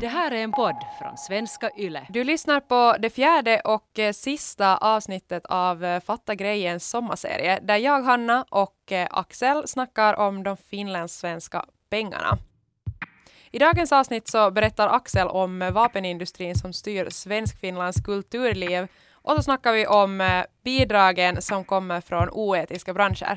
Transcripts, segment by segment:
Det här är en podd från Svenska Yle. Du lyssnar på det fjärde och sista avsnittet av Fatta grejens sommarserie där jag, Hanna och Axel snackar om de finlandssvenska pengarna. I dagens avsnitt så berättar Axel om vapenindustrin som styr Svensk-Finlands kulturliv och så snackar vi om bidragen som kommer från oetiska branscher.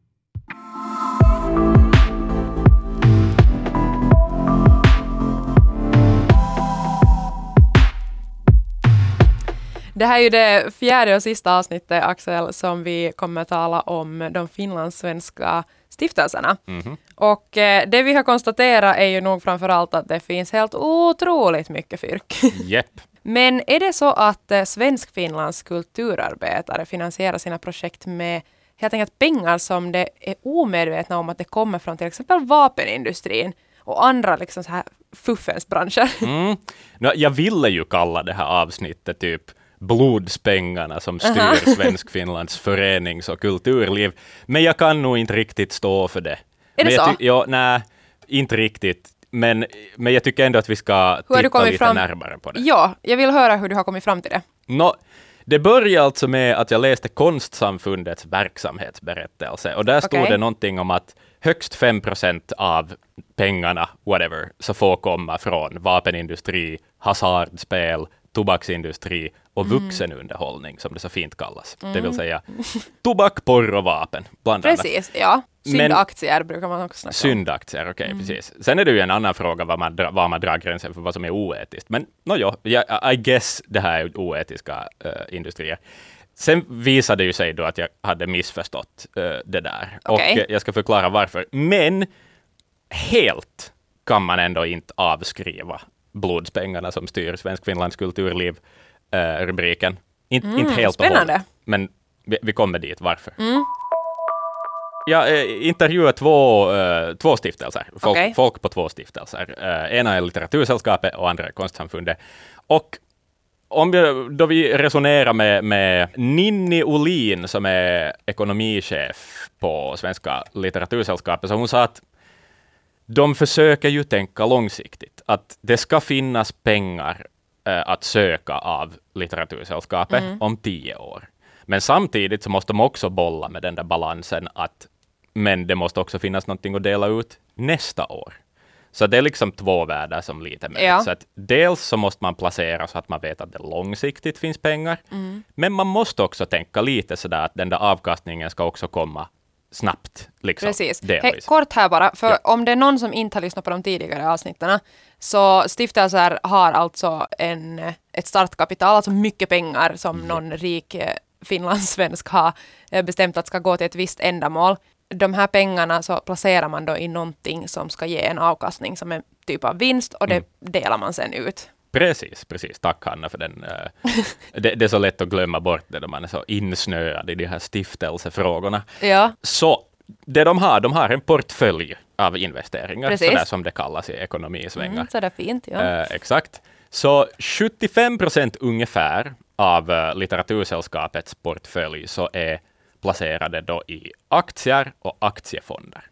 Det här är ju det fjärde och sista avsnittet, Axel, som vi kommer att tala om de finlandssvenska stiftelserna. Mm-hmm. Och det vi har konstaterat är ju nog framförallt att det finns helt otroligt mycket fyrk. Yep. Men är det så att Svensk-Finlands kulturarbetare finansierar sina projekt med helt enkelt pengar som det är omedvetna om att det kommer från till exempel vapenindustrin och andra liksom så här fuffensbranscher? Jag ville ju kalla det här avsnittet typ blodspengarna som styr Svensk-Finlands förenings- och kulturliv. Men jag kan nog inte riktigt stå för det. Är det så? Nej, inte riktigt. Men jag tycker ändå att vi ska titta lite närmare på det. Ja, jag vill höra hur du har kommit fram till det. Det började alltså med att jag läste Konstsamfundets verksamhetsberättelse. Och där stod det någonting om att högst 5% av pengarna, whatever, så får komma från vapenindustri, hasardspel, tobaksindustri och vuxenunderhållning, som det så fint kallas. Det vill säga tobak, porr och vapen, bland annat. Precis, ja. Syndaktier brukar man också snacka om. Syndaktier, okej, precis. Sen är det ju en annan fråga var man drar gränsen för vad som är oetiskt. Men I guess det här är oetiska industrier. Sen visade det ju sig då att jag hade missförstått det där. Okay. Och jag ska förklara varför. Men helt kan man ändå inte avskriva blodspengarna som styr Svensk-Finlands kulturliv, rubriken. Inte helt och hållet. Men vi kommer dit. Varför? Jag intervjuade två stiftelser. Folk på två stiftelser. Ena är Litteratursällskapet och andra är Konstsamfundet. Och då vi resonerar med Ninni Olin som är ekonomichef på Svenska Litteratursällskapet, så hon sa att de försöker ju tänka långsiktigt. Att det ska finnas pengar att söka av Litteratursällskapet om 10 år. Men samtidigt så måste de också bolla med den där balansen men det måste också finnas någonting att dela ut nästa år. Så det är liksom två världar som lite med. Ja. Så att dels så måste man placera så att man vet att det långsiktigt finns pengar. Men man måste också tänka lite sådär att den där avkastningen ska också komma snabbt. Liksom, precis. Kort här bara, för om det är någon som inte har lyssnat på de tidigare avsnitterna, så stiftelser har alltså ett startkapital, alltså mycket pengar som någon rik finlandssvensk har bestämt att ska gå till ett visst ändamål. De här pengarna så placerar man då i någonting som ska ge en avkastning som en typ av vinst, och det delar man sen ut. Precis. Tack Hanna för den. Det är så lätt att glömma bort det när man är så insnöad i de här stiftelsefrågorna. Ja. Så det de har en portfölj av investeringar, sådär som det kallas i ekonomisvängar. Så det är fint, ja. Exakt. Så 75% ungefär av Litteratursällskapets portfölj så är placerade då i aktier och aktiefonder.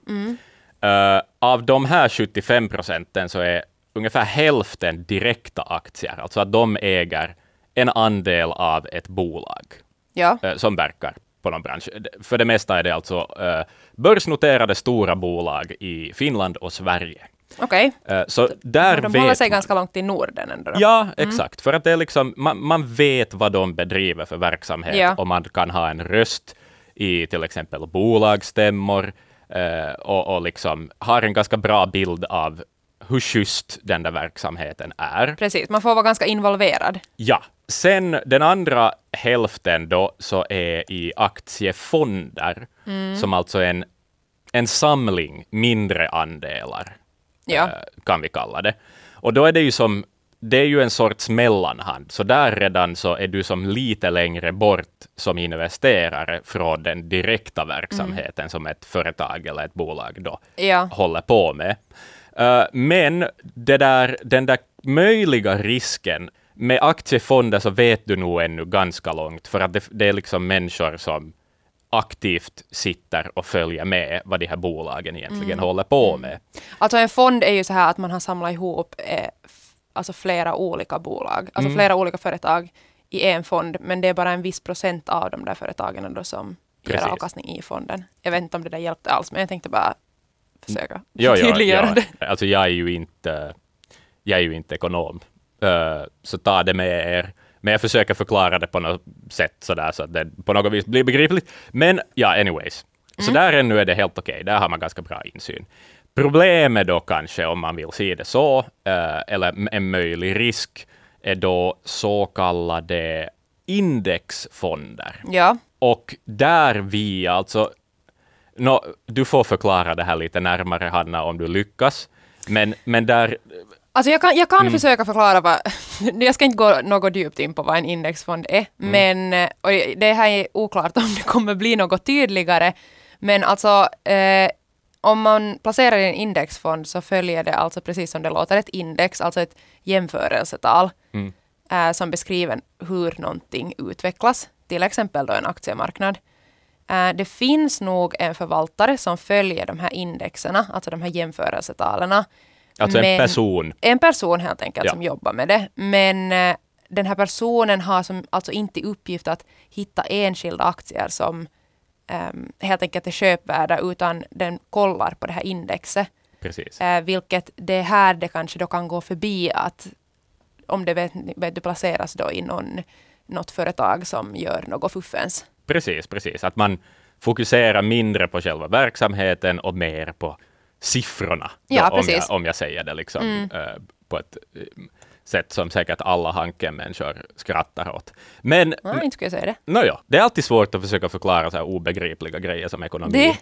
Av de här 75% så är ungefär hälften direkta aktier, alltså att de äger en andel av ett bolag som verkar på någon bransch. För det mesta är det alltså börsnoterade stora bolag i Finland och Sverige. Okej. Så där de håller sig ganska långt i Norden ändå. Ja, exakt. För att det är liksom, man vet vad de bedriver för verksamhet och man kan ha en röst i till exempel bolagsstämmor och liksom har en ganska bra bild av hur schysst den där verksamheten är. Precis, man får vara ganska involverad. Ja, sen den andra hälften då så är i aktiefonder som alltså är en samling mindre andelar kan vi kalla det. Och då är det är ju en sorts mellanhand. Så där redan så är du som lite längre bort som investerare från den direkta verksamheten som ett företag eller ett bolag då håller på med. Men den där möjliga risken med aktiefonder så vet du nog ännu ganska långt, för att det är liksom människor som aktivt sitter och följer med vad de här bolagen egentligen håller på med. Alltså en fond är ju så här att man har samlat ihop alltså flera olika bolag, alltså flera olika företag i en fond, men det är bara en viss procent av de där företagen då som ger avkastning i fonden. Jag vet inte om det där hjälpte alls, men jag tänkte bara försöka tydliggöra det. Alltså jag är ju inte ekonom, så ta det med er. Men jag försöker förklara det på något sätt sådär, så att det på något vis blir begripligt. Men ja, anyways. Så där ännu är det helt okej. Där har man ganska bra insyn. Problemet då kanske, om man vill se det så, eller en möjlig risk, är då så kallade indexfonder. Ja. Och där vi alltså... du får förklara det här lite närmare, Hanna, om du lyckas. Men där... Alltså jag kan försöka förklara vad... Jag ska inte gå något djupt in på vad en indexfond är. Men och det här är oklart om det kommer bli något tydligare. Men alltså... om man placerar i en indexfond så följer det alltså precis som det låter ett index, alltså ett jämförelsetal som beskriver hur någonting utvecklas, till exempel då en aktiemarknad. Det finns nog en förvaltare som följer de här indexerna, alltså de här jämförelsetalen. Alltså en person? En person helt enkelt som jobbar med det. Men den här personen har alltså inte uppgift att hitta enskilda aktier som helt enkelt är köpvärda, utan den kollar på det här indexet. Precis. Vilket det här det kanske då kan gå förbi att om det vet du placeras då i något företag som gör något fuffens. Precis. Att man fokuserar mindre på själva verksamheten och mer på siffrorna. Ja, då, om jag säger det liksom på ett sätt som säkert alla Hanken-människor skrattar åt. Men inte skulle jag säga det. Det är alltid svårt att försöka förklara så här obegripliga grejer som ekonomi.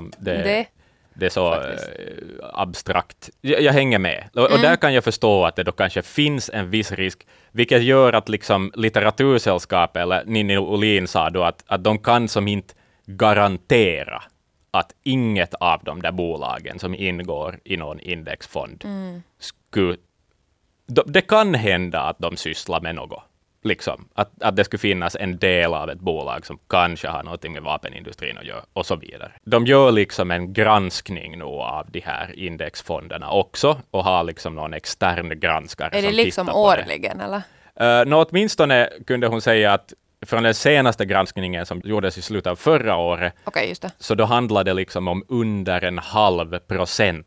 Det är så abstrakt. Jag hänger med. Och där kan jag förstå att det då kanske finns en viss risk, vilket gör att liksom litteratursällskap, eller Ninni Olin sa då, att de kan som inte garantera att inget av de där bolagen som ingår i någon indexfond skulle... Det kan hända att de sysslar med något. Liksom, att det skulle finnas en del av ett bolag som kanske har något med vapenindustrin att göra och så vidare. De gör liksom en granskning nu av de här indexfonderna också och har liksom någon extern granskare som tittar på det. Är det liksom årligen eller? Åtminstone kunde hon säga att från den senaste granskningen som gjordes i slutet av förra året, just det. Så då handlade det liksom om under 0,5%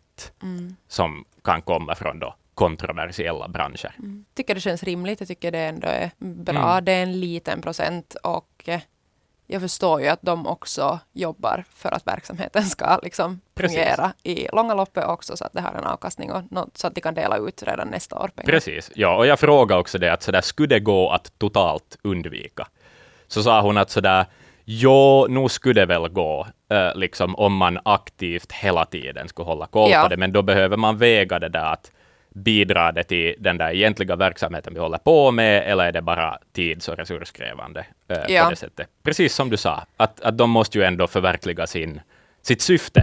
som kan komma från då kontroversiella branscher. Tycker det känns rimligt. Jag tycker det ändå är bra. Det är en liten procent och jag förstår ju att de också jobbar för att verksamheten ska liksom fungera i långa loppet också, så att det har en avkastning och så att de kan dela ut redan nästa år pengar. Precis, ja, och jag frågade också det att så där skulle det gå att totalt undvika. Så sa hon att sådär, nu skulle det väl gå liksom om man aktivt hela tiden skulle hålla koll på det, men då behöver man väga det där att bidrar det till den där egentliga verksamheten vi håller på med, eller är det bara tids- och resurskrävande på det sättet? Precis som du sa, att de måste ju ändå förverkliga sitt syfte.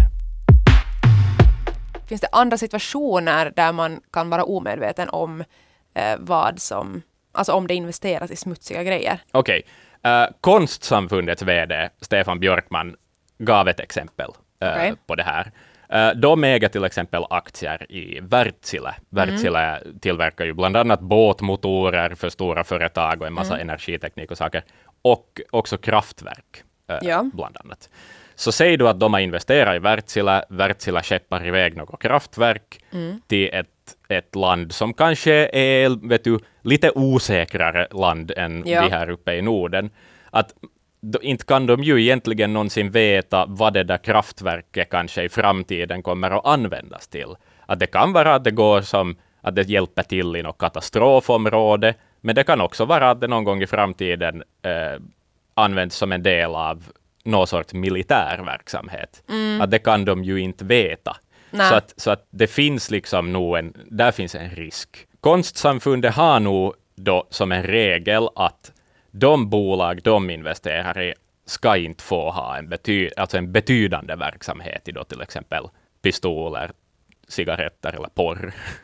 Finns det andra situationer där man kan vara omedveten om alltså om det investeras i smutsiga grejer? Okej. Konstsamfundets vd Stefan Björkman gav ett exempel på det här. De äger till exempel aktier i Wärtsilä. Wärtsilä tillverkar ju bland annat båtmotorer för stora företag och en massa energiteknik och saker. Och också kraftverk bland annat. Så säger du att de har investerat i Wärtsilä. Wärtsilä skeppar iväg något kraftverk till ett land som kanske är lite osäkrare land än vi här uppe i Norden. Att inte kan de ju egentligen någonsin veta vad det där kraftverket kanske i framtiden kommer att användas till. Att det kan vara att det går som att det hjälper till i något katastrofområde, men det kan också vara att det någon gång i framtiden används som en del av någon sorts militär verksamhet. Att det kan de ju inte veta. Så att det finns liksom där finns en risk. Konstsamfundet har nog då som en regel att de bolag de investerar i ska inte få ha en betydande verksamhet i då till exempel pistoler, cigaretter eller porr.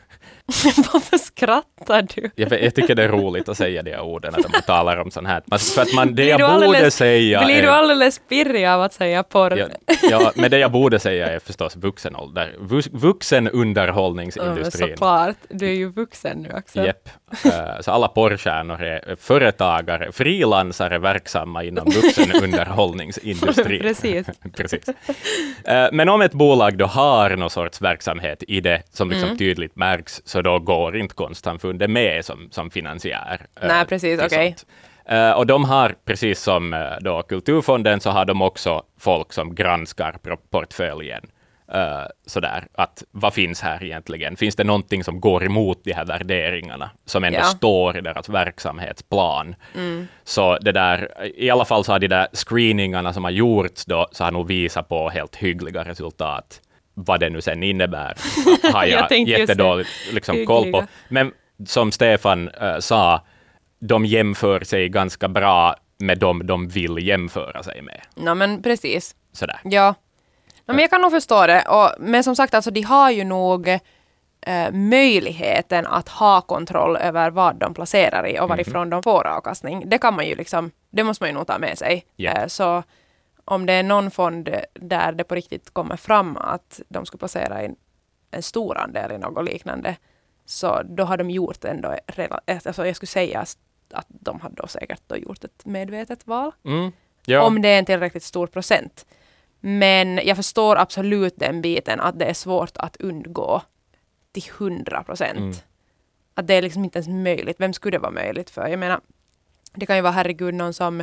Varför skrattar du? Jag tycker det är roligt att säga de orden när man talar om sånt här. För att det jag borde säga blir du alldeles pirrig av att säga porr? Ja, men det jag borde säga är förstås vuxenålder. Vuxenunderhållningsindustrin. Såklart, du är ju vuxen nu också. Japp. Så alla porrstjärnor är företagare, frilansare verksamma inom vuxenunderhållningsindustrin. Precis. Men om ett bolag då har någon sorts verksamhet i det som liksom tydligt märks, så då går inte Konstsamfundet med som finansiär. Nej, precis, okej. Och de har, precis som då Kulturfonden, så har de också folk som granskar portföljen. Sådär, att vad finns här egentligen? Finns det någonting som går emot de här värderingarna som ändå står i deras verksamhetsplan? Så det där, i alla fall så har de där screeningarna som har gjorts då, så har nog visat på helt hyggliga resultat. Vad det nu sen innebär har jag jättedåligt liksom koll på. Men som Stefan sa, de jämför sig ganska bra med dem de vill jämföra sig med. Ja, men precis. Sådär. Ja. Men jag kan nog förstå det. Men som sagt, alltså, de har ju nog möjligheten att ha kontroll över vad de placerar i och varifrån de får avkastning. Det kan man ju liksom, det måste man ju nog ta med sig. Så om det är någon fond där det på riktigt kommer fram att de ska placera in en stor andel i något liknande, så då har de gjort ändå, alltså jag skulle säga att de hade då säkert då gjort ett medvetet val. Om det är en tillräckligt stor procent. Men jag förstår absolut den biten att det är svårt att undgå till 100%. Att det är liksom inte ens möjligt. Vem skulle det vara möjligt för? Jag menar, det kan ju vara herregud någon som...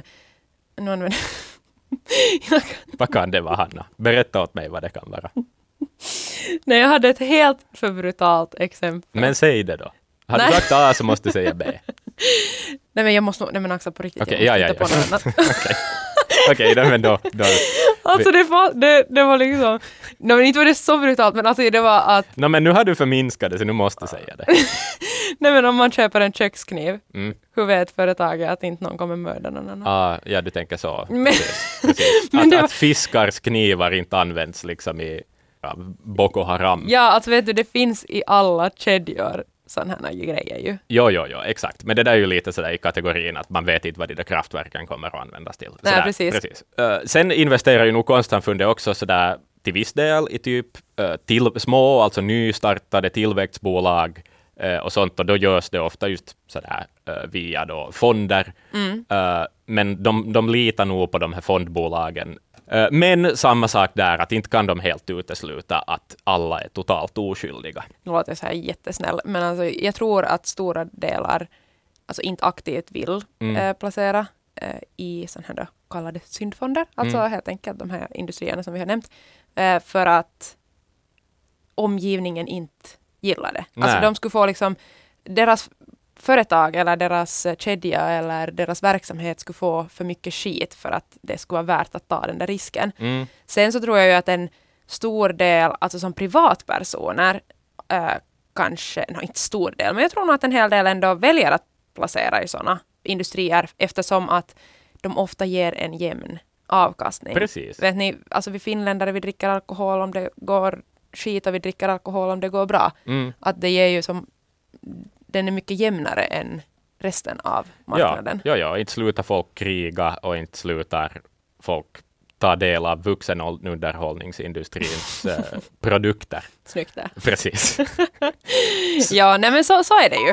Vad kan det vara, Hanna? Berätta åt mig vad det kan vara. Nej, jag hade ett helt för brutalt exempel. Men säg det då. Har du sagt A så måste du säga B. Nej, men jag måste nog... Nej, men också på riktigt. Okej, Okej, men då. Alltså det var liksom... Nej, men inte var det så brutalt, men alltså det var att... Nej, men nu har du förminskat det, så nu måste du säga det. Nej, men om man köper en kökskniv, hur vet företaget att inte någon kommer mörda någon annan? Ja, du tänker så. Men, precis. Att fiskars knivar inte används liksom i Boko Haram. Ja, alltså vet du, det finns i alla kedjor sådana här grejer ju. Jo, exakt. Men det där är ju lite sådär i kategorin att man vet inte vad de där kraftverken kommer att användas till. Nej, precis. Sen investerar ju nog Konstsamfundet också sådär till viss del i typ små, alltså nystartade tillväxtbolag och sånt, och då görs det ofta just sådär via då fonder. Men de litar nog på de här fondbolagen. Men samma sak där, att inte kan de helt utesluta att alla är totalt oskyldiga. Nu låter jag så här jättesnäll, men alltså, jag tror att stora delar alltså inte aktivt vill placera i sådana här då kallade syndfonder. Alltså helt enkelt de här industrierna som vi har nämnt. För att omgivningen inte gillar det. Nej. Alltså de skulle få liksom deras företag eller deras kedja eller deras verksamhet skulle få för mycket skit för att det skulle vara värt att ta den där risken. Sen så tror jag ju att en stor del, alltså som privatpersoner, kanske, inte stor del, men jag tror nog att en hel del ändå väljer att placera i sådana industrier eftersom att de ofta ger en jämn avkastning. Precis. Vet ni, alltså vi finländare, vi dricker alkohol om det går skit och vi dricker alkohol om det går bra. Att det ger ju som den är mycket jämnare än resten av marknaden. Ja, inte slutar folk kriga och inte slutar folk ta del av vuxenunderhållningsindustrins produkter. Snyggt där. Precis. Ja, nej men så är det ju.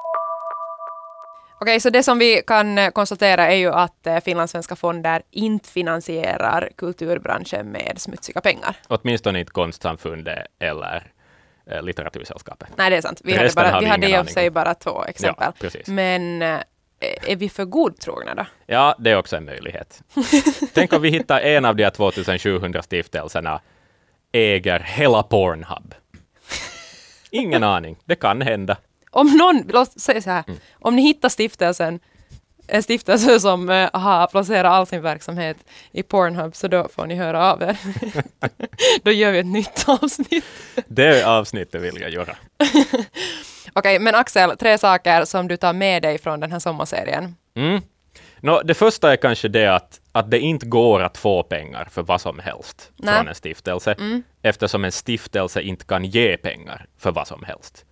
Okej, så det som vi kan konstatera är ju att finlandssvenska fonder inte finansierar kulturbranschen med smutsiga pengar. Åtminstone inte Konstsamfundet eller Litteratursällskapet. Nej, det är sant. Vi hade i och för sig bara 2 exempel. Ja, men är vi för godtrogna då? Ja, det är också en möjlighet. Tänk om vi hittar en av de 2700 stiftelserna äger hela Pornhub. Ingen aning. Det kan hända. Om någon, låt säga så här, om ni hittar en stiftelse som har placerat all sin verksamhet i Pornhub, så då får ni höra av er. Då gör vi ett nytt avsnitt. Det avsnittet vill jag göra. Okej, men Axel, 3 saker som du tar med dig från den här sommarserien. Det första är kanske det att det inte går att få pengar för vad som helst från en stiftelse, eftersom en stiftelse inte kan ge pengar för vad som helst.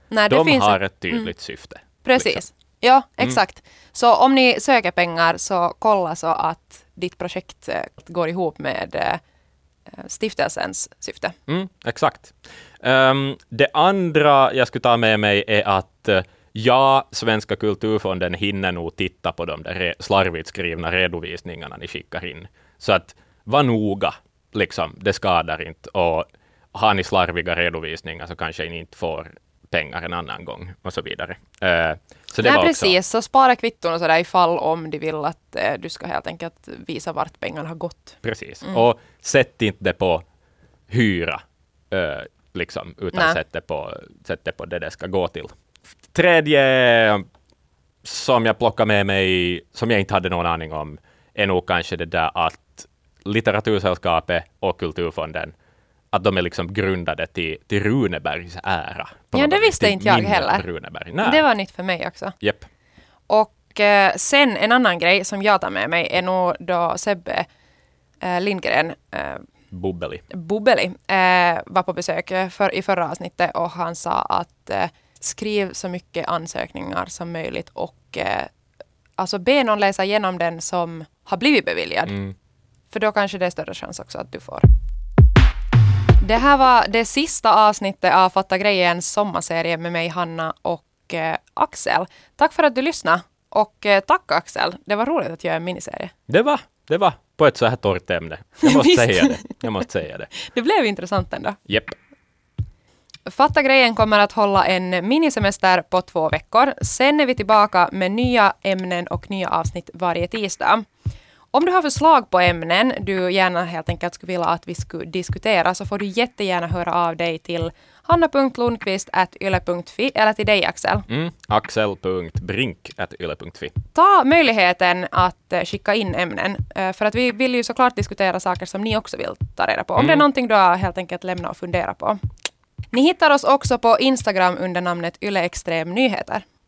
Nej, de har ett tydligt syfte. Precis. Liksom. Ja, exakt. Så om ni söker pengar så kolla så att ditt projekt går ihop med stiftelsens syfte. Exakt. Det andra jag skulle ta med mig är att Svenska kulturfonden hinner nog titta på de där slarvigt skrivna redovisningarna ni skickar in. Så att var noga, liksom, det skadar inte. Och har ni slarviga redovisningar så kanske ni inte får pengar en annan gång och så vidare. Så det var precis, också... så spara kvitton och sådär ifall om du vill att du ska helt enkelt visa vart pengarna har gått. Precis, och sätt inte det på hyra, liksom, utan sätt det på det ska gå till. Tredje som jag plockar med mig, som jag inte hade någon aning om, är nog kanske det där att Litteratursällskapet och Kulturfonden, att de är liksom grundade till Runebergs ära. Ja, det visste inte jag heller. Runeberg. Det var nytt för mig också. Yep. Och sen en annan grej som jag tar med mig är nog då Sebbe Lindgren Bubbeli var på besök i förra avsnittet och han sa att skriv så mycket ansökningar som möjligt och alltså be någon läsa igenom den som har blivit beviljad. För då kanske det är större chans också att du får. Det här var det sista avsnittet av Fatta grejens sommarserie med mig, Hanna och Axel. Tack för att du lyssnade. Och tack Axel, det var roligt att göra en miniserie. Det var på ett så här torrt ämne. Jag måste säga det. Det blev intressant ändå. Japp. Fatta grejen kommer att hålla en minisemester på 2 veckor. Sen är vi tillbaka med nya ämnen och nya avsnitt varje tisdag. Om du har förslag på ämnen du gärna helt enkelt skulle vilja att vi skulle diskutera så får du jättegärna höra av dig till hanna.lundqvist@yle.fi eller till dig Axel. Axel.brink@yle.fi. Ta möjligheten att skicka in ämnen för att vi vill ju såklart diskutera saker som ni också vill ta reda på. Om det är någonting du har helt enkelt lämna och fundera på. Ni hittar oss också på Instagram under namnet Yle Extrem Nyheter.